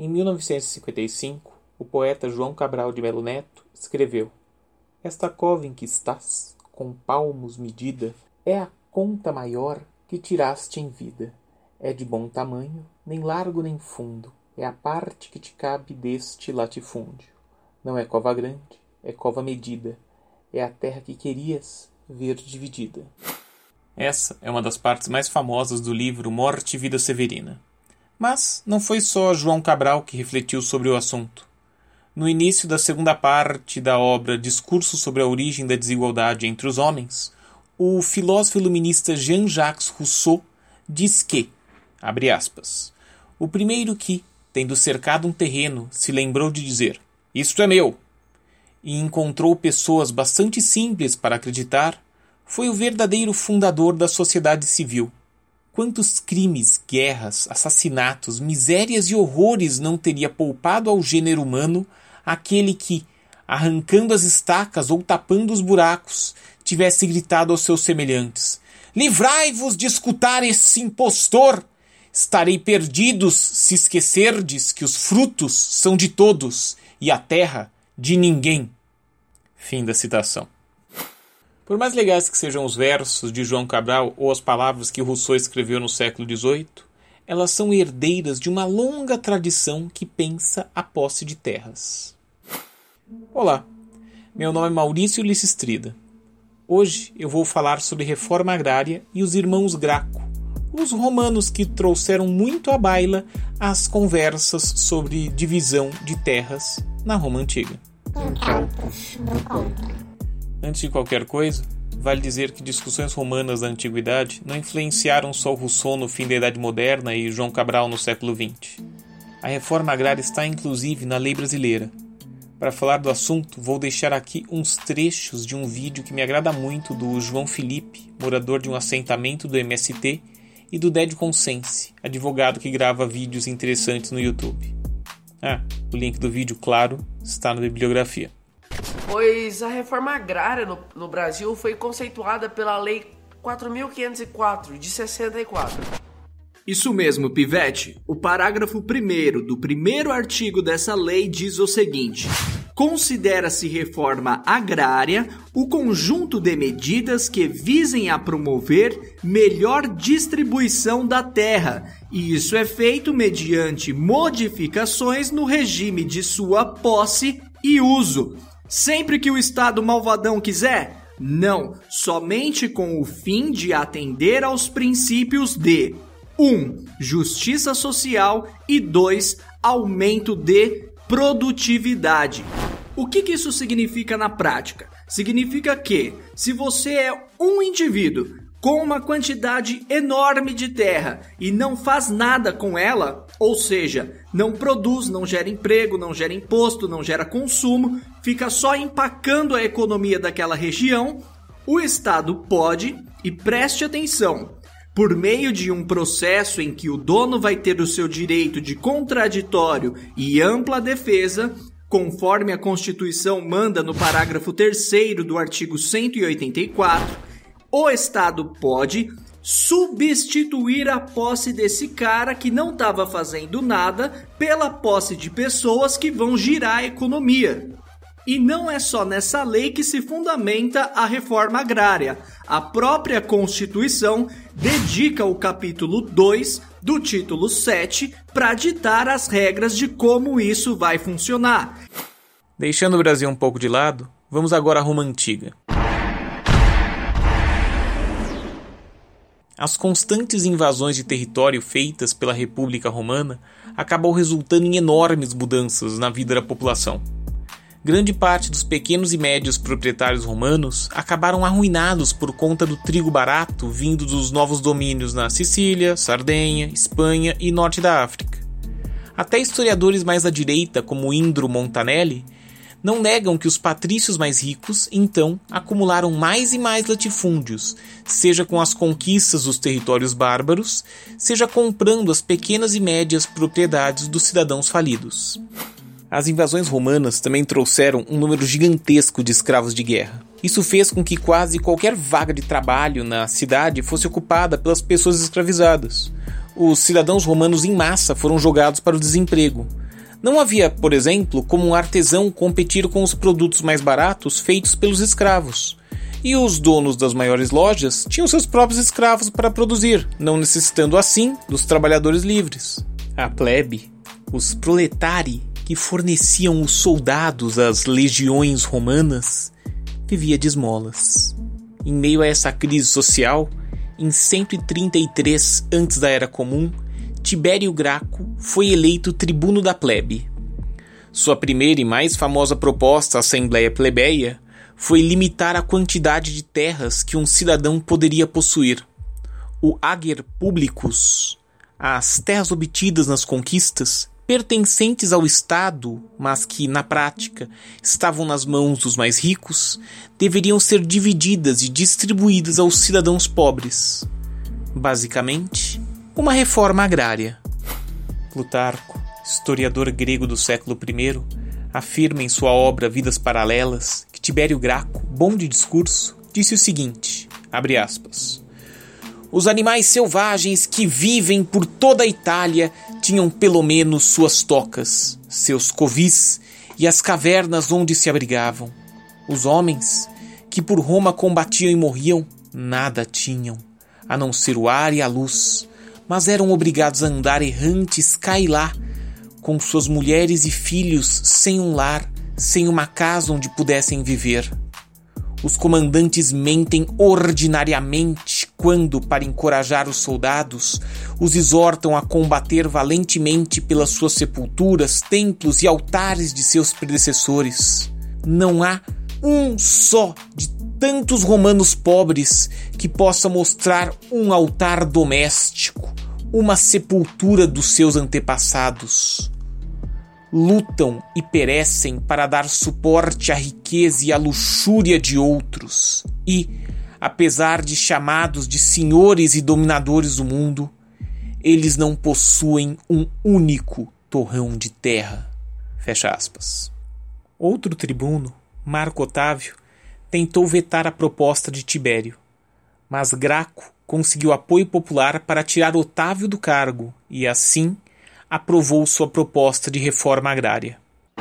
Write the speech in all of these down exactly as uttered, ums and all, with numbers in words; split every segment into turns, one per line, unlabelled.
Em mil novecentos e cinquenta e cinco, o poeta João Cabral de Melo Neto escreveu: esta cova em que estás, com palmos medida, é a conta maior que tiraste em vida. É de bom tamanho, nem largo nem fundo, é a parte que te cabe deste latifúndio. Não é cova grande, é cova medida, é a terra que querias ver dividida. Essa é uma das partes mais famosas do livro Morte e Vida Severina. Mas não foi só João Cabral que refletiu sobre o assunto. No início da segunda parte da obra Discurso sobre a Origem da Desigualdade entre os Homens, o filósofo iluminista Jean-Jacques Rousseau diz que, abre aspas, o primeiro que, tendo cercado um terreno, se lembrou de dizer, isto é meu, e encontrou pessoas bastante simples para acreditar, foi o verdadeiro fundador da sociedade civil. Quantos crimes, guerras, assassinatos, misérias e horrores não teria poupado ao gênero humano aquele que, arrancando as estacas ou tapando os buracos, tivesse gritado aos seus semelhantes: livrai-vos de escutar esse impostor! Estarei perdidos se esquecerdes que os frutos são de todos e a terra de ninguém. Fim da citação. Por mais legais que sejam os versos de João Cabral ou as palavras que Rousseau escreveu no século dezoito, elas são herdeiras de uma longa tradição que pensa a posse de terras. Olá, meu nome é Maurício Lissistrida. Hoje eu vou falar sobre reforma agrária e os irmãos Graco, os romanos que trouxeram muito à baila as conversas sobre divisão de terras na Roma Antiga. Antes de qualquer coisa, vale dizer que discussões romanas da Antiguidade não influenciaram só Rousseau no fim da Idade Moderna e João Cabral no século vinte. A reforma agrária está inclusive na lei brasileira. Para falar do assunto, vou deixar aqui uns trechos de um vídeo que me agrada muito do João Felipe, morador de um assentamento do M S T, e do Dédio Consense, advogado que grava vídeos interessantes no YouTube. Ah, o link do vídeo, claro, está na bibliografia.
Pois a reforma agrária no, no Brasil foi conceituada pela Lei quatro mil quinhentos e quatro, de sessenta e quatro.
Isso mesmo, Pivete. O parágrafo primeiro do primeiro artigo dessa lei diz o seguinte: considera-se reforma agrária o conjunto de medidas que visem a promover melhor distribuição da terra, e isso é feito mediante modificações no regime de sua posse e uso. Sempre que o Estado malvadão quiser? Não, somente com o fim de atender aos princípios de um. Justiça social e dois. Aumento de produtividade. O que, que isso significa na prática? Significa que, se você é um indivíduo com uma quantidade enorme de terra e não faz nada com ela, ou seja, não produz, não gera emprego, não gera imposto, não gera consumo, fica só empacando a economia daquela região, o Estado pode, e preste atenção, por meio de um processo em que o dono vai ter o seu direito de contraditório e ampla defesa, conforme a Constituição manda no parágrafo terceiro do artigo cento e oitenta e quatro, o Estado pode substituir a posse desse cara que não estava fazendo nada pela posse de pessoas que vão girar a economia. E não é só nessa lei que se fundamenta a reforma agrária. A própria Constituição dedica o capítulo dois do título sete para ditar as regras de como isso vai funcionar.
Deixando o Brasil um pouco de lado, vamos agora à Roma Antiga. As constantes invasões de território feitas pela República Romana acabou resultando em enormes mudanças na vida da população. Grande parte dos pequenos e médios proprietários romanos acabaram arruinados por conta do trigo barato vindo dos novos domínios na Sicília, Sardenha, Espanha e norte da África. Até historiadores mais à direita, como Indro Montanelli, não negam que os patrícios mais ricos, então, acumularam mais e mais latifúndios, seja com as conquistas dos territórios bárbaros, seja comprando as pequenas e médias propriedades dos cidadãos falidos. As invasões romanas também trouxeram um número gigantesco de escravos de guerra. Isso fez com que quase qualquer vaga de trabalho na cidade fosse ocupada pelas pessoas escravizadas. Os cidadãos romanos em massa foram jogados para o desemprego. Não havia, por exemplo, como um artesão competir com os produtos mais baratos feitos pelos escravos. E os donos das maiores lojas tinham seus próprios escravos para produzir, não necessitando assim dos trabalhadores livres. A plebe, os proletari, que forneciam os soldados às legiões romanas, vivia de esmolas. Em meio a essa crise social, em cento e trinta e três antes da Era Comum, Tibério Graco foi eleito tribuno da plebe. Sua primeira e mais famosa proposta à Assembleia Plebeia foi limitar a quantidade de terras que um cidadão poderia possuir. O ager publicus, as terras obtidas nas conquistas, pertencentes ao Estado, mas que, na prática, estavam nas mãos dos mais ricos, deveriam ser divididas e distribuídas aos cidadãos pobres. Basicamente, uma reforma agrária. Plutarco, historiador grego do século primeiro, afirma em sua obra Vidas Paralelas que Tibério Graco, bom de discurso, disse o seguinte, abre aspas, os animais selvagens que vivem por toda a Itália tinham pelo menos suas tocas, seus covis e as cavernas onde se abrigavam. Os homens, que por Roma combatiam e morriam, nada tinham, a não ser o ar e a luz, mas eram obrigados a andar errantes cá e lá, com suas mulheres e filhos sem um lar, sem uma casa onde pudessem viver. Os comandantes mentem ordinariamente quando, para encorajar os soldados, os exortam a combater valentemente pelas suas sepulturas, templos e altares de seus predecessores. Não há um só de tantos romanos pobres que possa mostrar um altar doméstico, uma sepultura dos seus antepassados. Lutam e perecem para dar suporte à riqueza e à luxúria de outros. E, apesar de chamados de senhores e dominadores do mundo, eles não possuem um único torrão de terra. Fecha aspas. Outro tribuno, Marco Otávio, tentou vetar a proposta de Tibério, mas Graco conseguiu apoio popular para tirar Otávio do cargo e, assim, aprovou sua proposta de reforma agrária.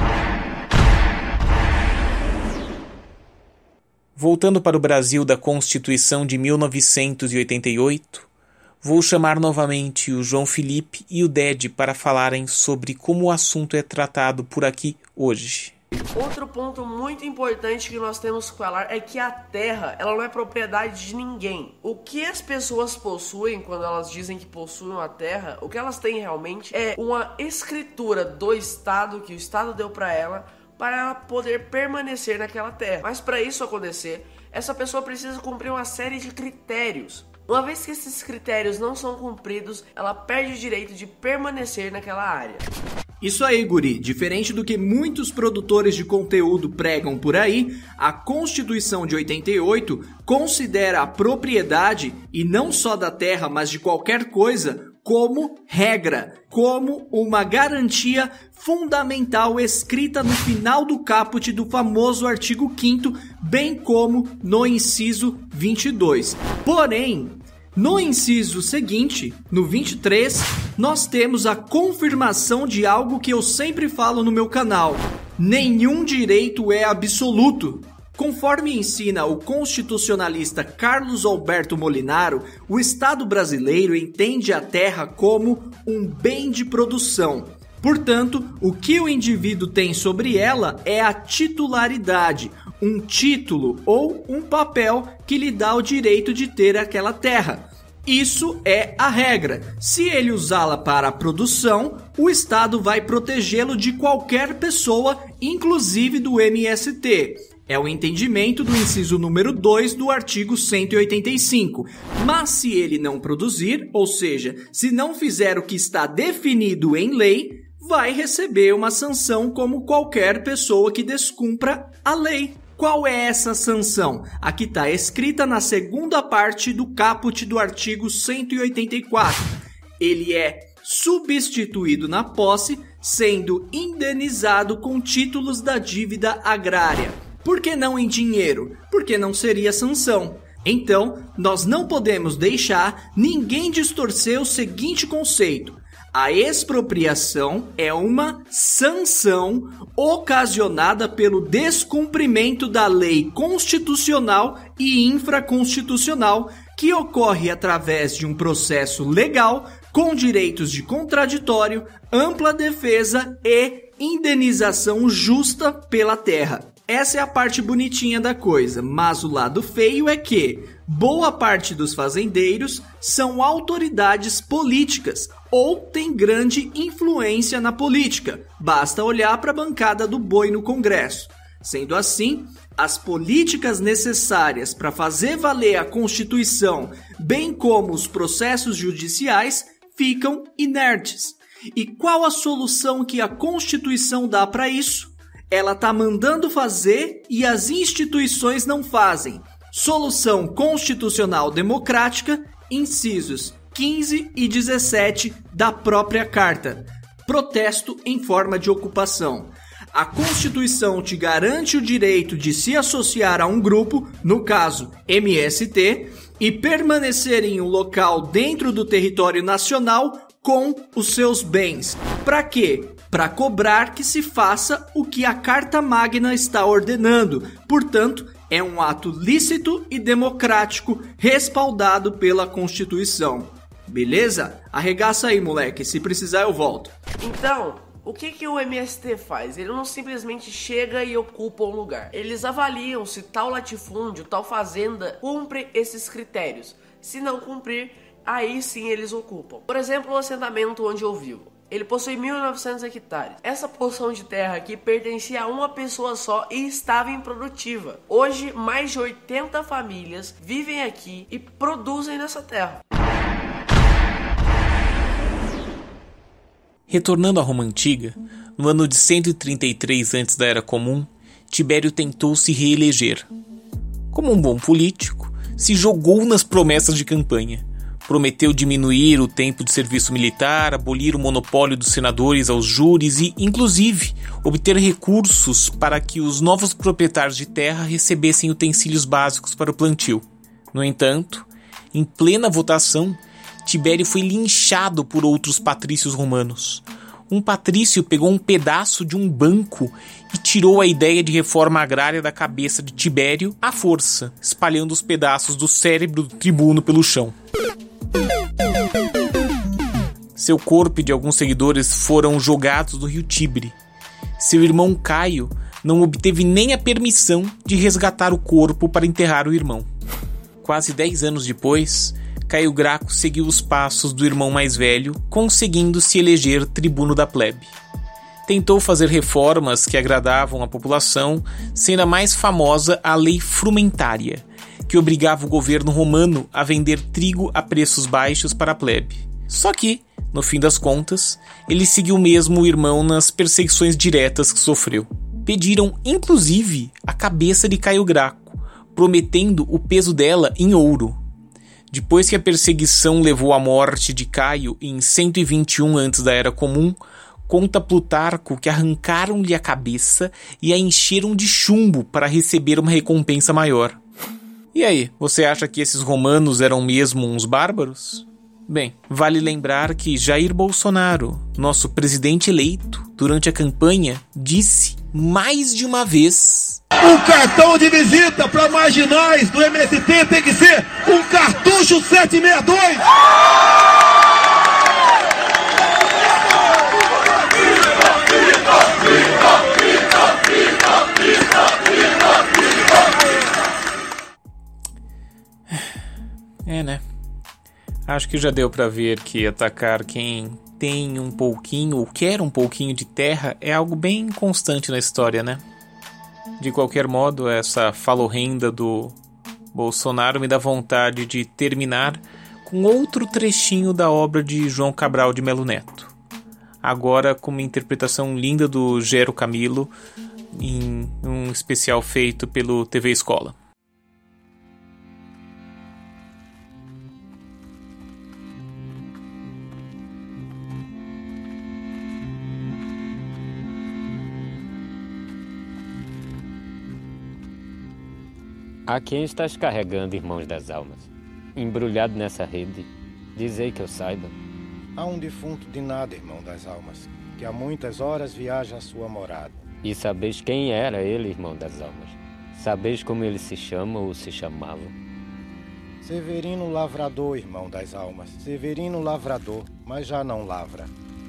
Voltando para o Brasil da Constituição de mil novecentos e oitenta e oito, vou chamar novamente o João Felipe e o Dede para falarem sobre como o assunto é tratado por aqui hoje.
Outro ponto muito importante que nós temos que falar é que a terra, ela não é propriedade de ninguém. O que as pessoas possuem quando elas dizem que possuem a terra, o que elas têm realmente é uma escritura do Estado, que o Estado deu para ela, para ela poder permanecer naquela terra. Mas para isso acontecer, essa pessoa precisa cumprir uma série de critérios. Uma vez que esses critérios não são cumpridos, ela perde o direito de permanecer naquela área.
Isso aí, guri. Diferente do que muitos produtores de conteúdo pregam por aí, a Constituição de oitenta e oito considera a propriedade, e não só da terra, mas de qualquer coisa, como regra, como uma garantia fundamental escrita no final do caput do famoso artigo quinto, bem como no inciso vinte e dois. Porém, no inciso seguinte, no vinte e três, nós temos a confirmação de algo que eu sempre falo no meu canal. Nenhum direito é absoluto. Conforme ensina o constitucionalista Carlos Alberto Molinaro, o Estado brasileiro entende a terra como um bem de produção. Portanto, o que o indivíduo tem sobre ela é a titularidade, um título ou um papel que lhe dá o direito de ter aquela terra. Isso é a regra. Se ele usá-la para a produção, o Estado vai protegê-lo de qualquer pessoa, inclusive do M S T. É o entendimento do inciso número dois do artigo cento e oitenta e cinco. Mas se ele não produzir, ou seja, se não fizer o que está definido em lei, vai receber uma sanção como qualquer pessoa que descumpra a lei. Qual é essa sanção? Aqui está escrita na segunda parte do caput do artigo cento e oitenta e quatro. Ele é substituído na posse, sendo indenizado com títulos da dívida agrária. Por que não em dinheiro? Porque não seria sanção. Então, nós não podemos deixar ninguém distorcer o seguinte conceito. A expropriação é uma sanção ocasionada pelo descumprimento da lei constitucional e infraconstitucional que ocorre através de um processo legal com direitos de contraditório, ampla defesa e indenização justa pela terra. Essa é a parte bonitinha da coisa, mas o lado feio é que boa parte dos fazendeiros são autoridades políticas ou têm grande influência na política. Basta olhar para a bancada do boi no Congresso. Sendo assim, as políticas necessárias para fazer valer a Constituição, bem como os processos judiciais, ficam inertes. E qual a solução que a Constituição dá para isso? Ela está mandando fazer e as instituições não fazem. Solução constitucional democrática, incisos quinze e dezessete da própria Carta. Protesto em forma de ocupação. A Constituição te garante o direito de se associar a um grupo, no caso M S T, e permanecer em um local dentro do território nacional com os seus bens. Para quê? Para cobrar que se faça o que a Carta Magna está ordenando. Portanto, é um ato lícito e democrático respaldado pela Constituição. Beleza? Arregaça aí, moleque. Se precisar, eu volto.
Então, o que, que o M S T faz? Ele não simplesmente chega e ocupa um lugar. Eles avaliam se tal latifúndio, tal fazenda cumpre esses critérios. Se não cumprir, aí sim eles ocupam. Por exemplo, o assentamento onde eu vivo. Ele possui mil e novecentos hectares. Essa porção de terra aqui pertencia a uma pessoa só e estava improdutiva. Hoje, mais de oitenta famílias vivem aqui e produzem nessa terra.
Retornando à Roma Antiga, no ano de cento e trinta e três antes da Era Comum, Tibério tentou se reeleger. Como um bom político, se jogou nas promessas de campanha. Prometeu diminuir o tempo de serviço militar, abolir o monopólio dos senadores aos júris e, inclusive, obter recursos para que os novos proprietários de terra recebessem utensílios básicos para o plantio. No entanto, em plena votação, Tibério foi linchado por outros patrícios romanos. Um patrício pegou um pedaço de um banco e tirou a ideia de reforma agrária da cabeça de Tibério à força, espalhando os pedaços do cérebro do tribuno pelo chão. Seu corpo e de alguns seguidores foram jogados no rio Tibre. Seu irmão Caio não obteve nem a permissão de resgatar o corpo para enterrar o irmão. Quase dez anos depois, Caio Graco seguiu os passos do irmão mais velho, conseguindo se eleger tribuno da plebe. Tentou fazer reformas que agradavam a população, sendo a mais famosa a Lei Frumentária, que obrigava o governo romano a vender trigo a preços baixos para a plebe. Só que, no fim das contas, ele seguiu mesmo o irmão nas perseguições diretas que sofreu. Pediram, inclusive, a cabeça de Caio Graco, prometendo o peso dela em ouro. Depois que a perseguição levou à morte de Caio em cento e vinte e um antes da Era Comum, conta Plutarco que arrancaram-lhe a cabeça e a encheram de chumbo para receber uma recompensa maior. E aí, você acha que esses romanos eram mesmo uns bárbaros? Bem, vale lembrar que Jair Bolsonaro, nosso presidente eleito, durante a campanha, disse mais de uma vez:
o cartão de visita para marginais do M S T tem que ser um cartucho sete seis dois!
É, né? Acho que já deu pra ver que atacar quem tem um pouquinho ou quer um pouquinho de terra é algo bem constante na história, né? De qualquer modo, essa falorrenda do Bolsonaro me dá vontade de terminar com outro trechinho da obra de João Cabral de Melo Neto. Agora com uma interpretação linda do Gero Camilo em um especial feito pelo T V Escola.
A quem estás carregando, irmãos das almas? Embrulhado nessa rede, dizei que eu saiba.
Há um defunto de nada, irmão das almas, que há muitas horas viaja à sua morada.
E sabeis quem era ele, irmão das almas? Sabeis como ele se chama ou se chamava?
Severino Lavrador, irmão das almas. Severino Lavrador, mas já não lavra.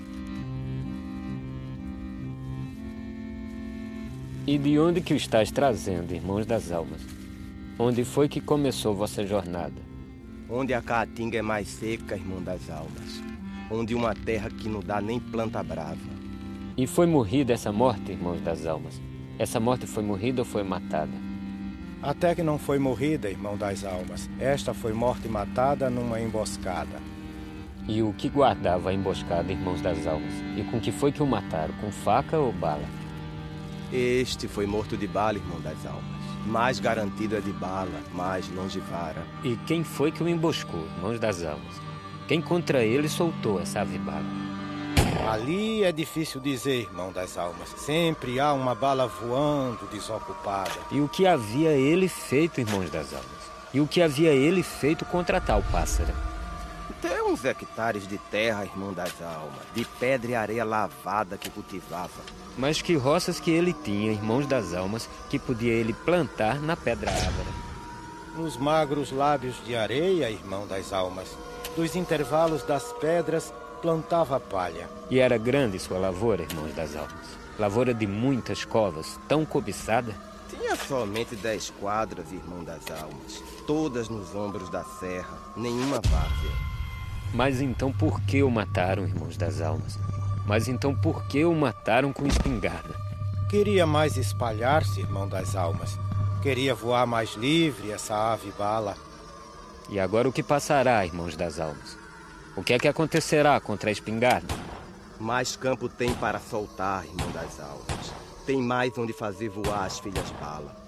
E de onde que o estás trazendo, irmãos das almas? Onde foi que começou vossa jornada?
Onde a caatinga é mais seca, irmão das almas. Onde uma terra que não dá nem planta brava.
E foi morrida essa morte, irmãos das almas? Essa morte foi morrida ou foi matada?
Até que não foi morrida, irmão das almas. Esta foi morte matada numa emboscada.
E o que guardava a emboscada, irmãos das almas? E com que foi que o mataram? Com faca ou bala?
Este foi morto de bala, irmão das almas. Mais garantido é de bala, mais longe vara.
E quem foi que o emboscou, irmãos das almas? Quem contra ele soltou essa ave bala?
Ali é difícil dizer, irmão das almas. Sempre há uma bala voando desocupada.
E o que havia ele feito, irmãos das almas? E o que havia ele feito contra tal pássaro?
Tem uns hectares de terra, irmão das almas, de pedra e areia lavada que cultivava.
Mas que roças que ele tinha, irmãos das almas, que podia ele plantar na pedra ávara?
Nos magros lábios de areia, irmão das almas, dos intervalos das pedras, plantava palha.
E era grande sua lavoura, irmãos das almas? Lavoura de muitas covas, tão cobiçada?
Tinha somente dez quadras, irmão das almas, todas nos ombros da serra, nenhuma várzea.
Mas então por que o mataram, irmãos das almas? Mas então por que o mataram com espingarda?
Queria mais espalhar-se, irmão das almas. Queria voar mais livre, essa ave bala.
E agora o que passará, irmãos das almas? O que é que acontecerá contra a espingarda?
Mais campo tem para soltar, irmão das almas. Tem mais onde fazer voar as filhas bala.